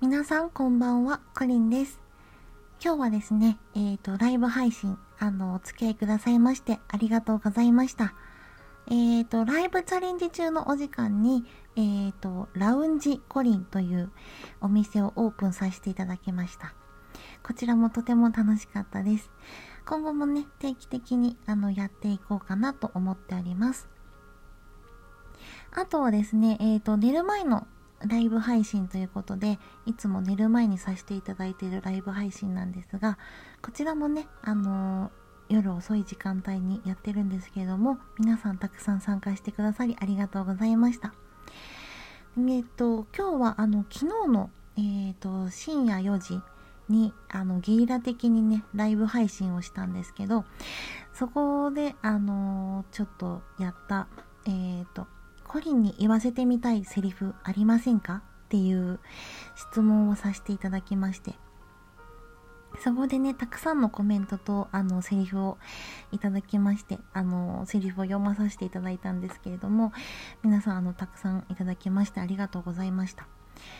皆さんこんばんは、コリンです。今日はですね、ライブ配信、お付き合いくださいましてありがとうございました。ライブチャレンジ中のお時間に、ラウンジコリンというお店をオープンさせていただきました。こちらもとても楽しかったです。今後もね、定期的にやっていこうかなと思っております。あとはですね、寝る前のライブ配信ということで、いつも寝る前にさせていただいているライブ配信なんですが、こちらもね、夜遅い時間帯にやってるんですけれども、皆さんたくさん参加してくださりありがとうございました。今日は昨日の、深夜4時にゲリラ的にねライブ配信をしたんですけど、そこでちょっとやったコリンに言わせてみたいセリフありませんかっていう質問をさせていただきまして、そこでねたくさんのコメントとセリフをいただきまして、セリフを読まさせていただいたんですけれども、皆さんたくさんいただきましてありがとうございました。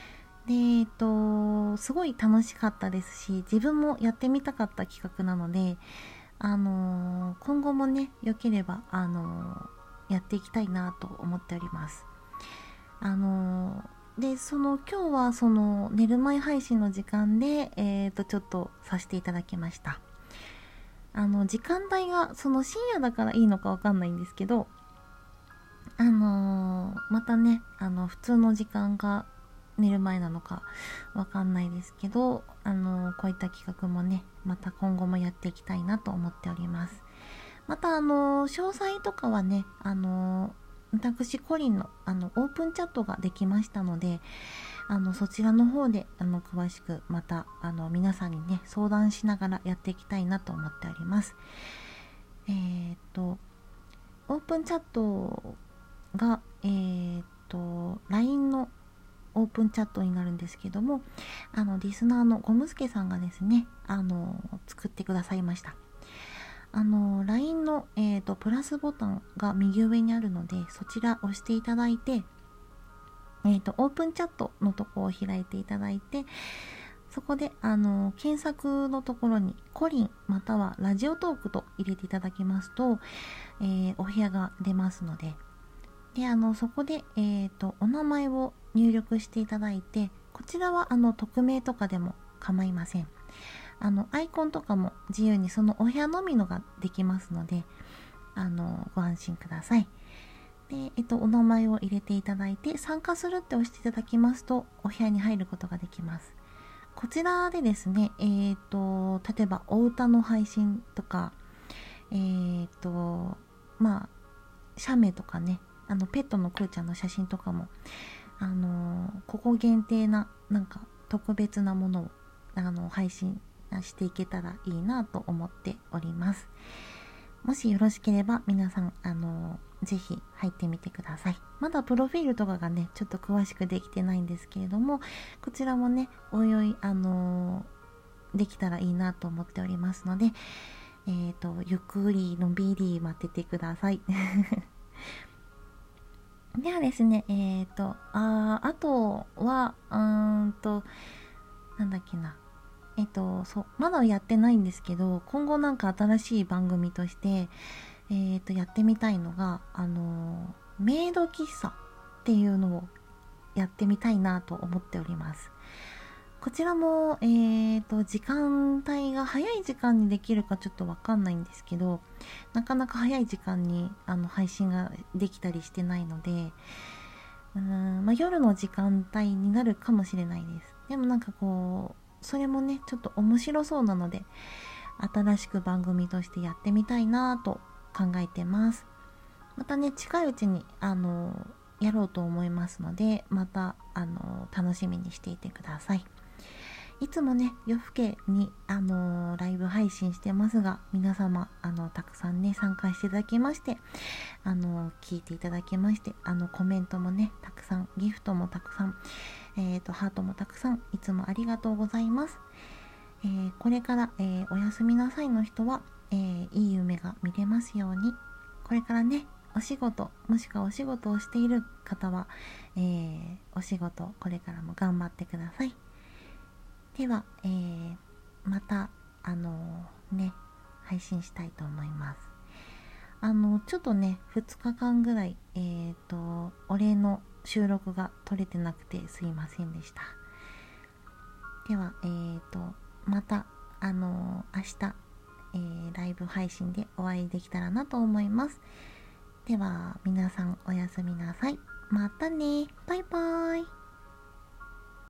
ですごい楽しかったですし、自分もやってみたかった企画なので、今後もね良ければやっていきたいなと思っております。で今日はその寝る前配信の時間でちょっとさせていただきました。時間帯がその深夜だからいいのかわかんないんですけど、またね普通の時間が寝る前なのかわかんないですけど、こういった企画もねまた今後もやっていきたいなと思っております。また詳細とかはね私コリンのオープンチャットができましたので、そちらの方で詳しくまた皆さんにね相談しながらやっていきたいなと思っております。オープンチャットがLINE のオープンチャットになるんですけども、リスナーのゴムスケさんがですね作ってくださいました。LINE の、プラスボタンが右上にあるので、そちら押していただいて、オープンチャットのところを開いていただいて、そこで検索のところにコリンまたはラジオトークと入れていただきますと、お部屋が出ますので、そこで、お名前を入力していただいて、こちらは匿名とかでも構いません。アイコンとかも自由にそのお部屋のみのができますので、ご安心ください。で、お名前を入れていただいて参加するって押していただきますとお部屋に入ることができます。こちらでですね、例えばお歌の配信とか、写メとかね、ペットのくーちゃんの写真とかも、ここ限定ななんか特別なものを配信していけたらいいなと思っております。もしよろしければ皆さんぜひ入ってみてください。まだプロフィールとかがねちょっと詳しくできてないんですけれども、こちらもねおいおいできたらいいなと思っておりますので、ゆっくりのんびり待っててください。ではですね、あとはなんだっけな、まだやってないんですけど、今後なんか新しい番組としてやってみたいのがメイド喫茶っていうのをやってみたいなと思っております。こちらも時間帯が早い時間にできるかちょっとわかんないんですけど、なかなか早い時間に配信ができたりしてないので、夜の時間帯になるかもしれないです。でもなんかそれもねちょっと面白そうなので、新しく番組としてやってみたいなと考えてます。またね近いうちにやろうと思いますので、また楽しみにしていてください。いつもね夜更けにライブ配信してますが、皆様たくさんね参加していただきまして、聞いていただきまして、コメントもねたくさん、ギフトもたくさん、ハートもたくさん、いつもありがとうございます。これから、おやすみなさいの人は、いい夢が見れますように。これからねお仕事、もしくはお仕事をしている方は、お仕事これからも頑張ってください。 では、また配信したいと思います。ちょっとね2日間ぐらいお礼の収録が取れてなくてすいませんでした。ではまた明日、ライブ配信でお会いできたらなと思います。では皆さんおやすみなさい。またね。バイバーイ。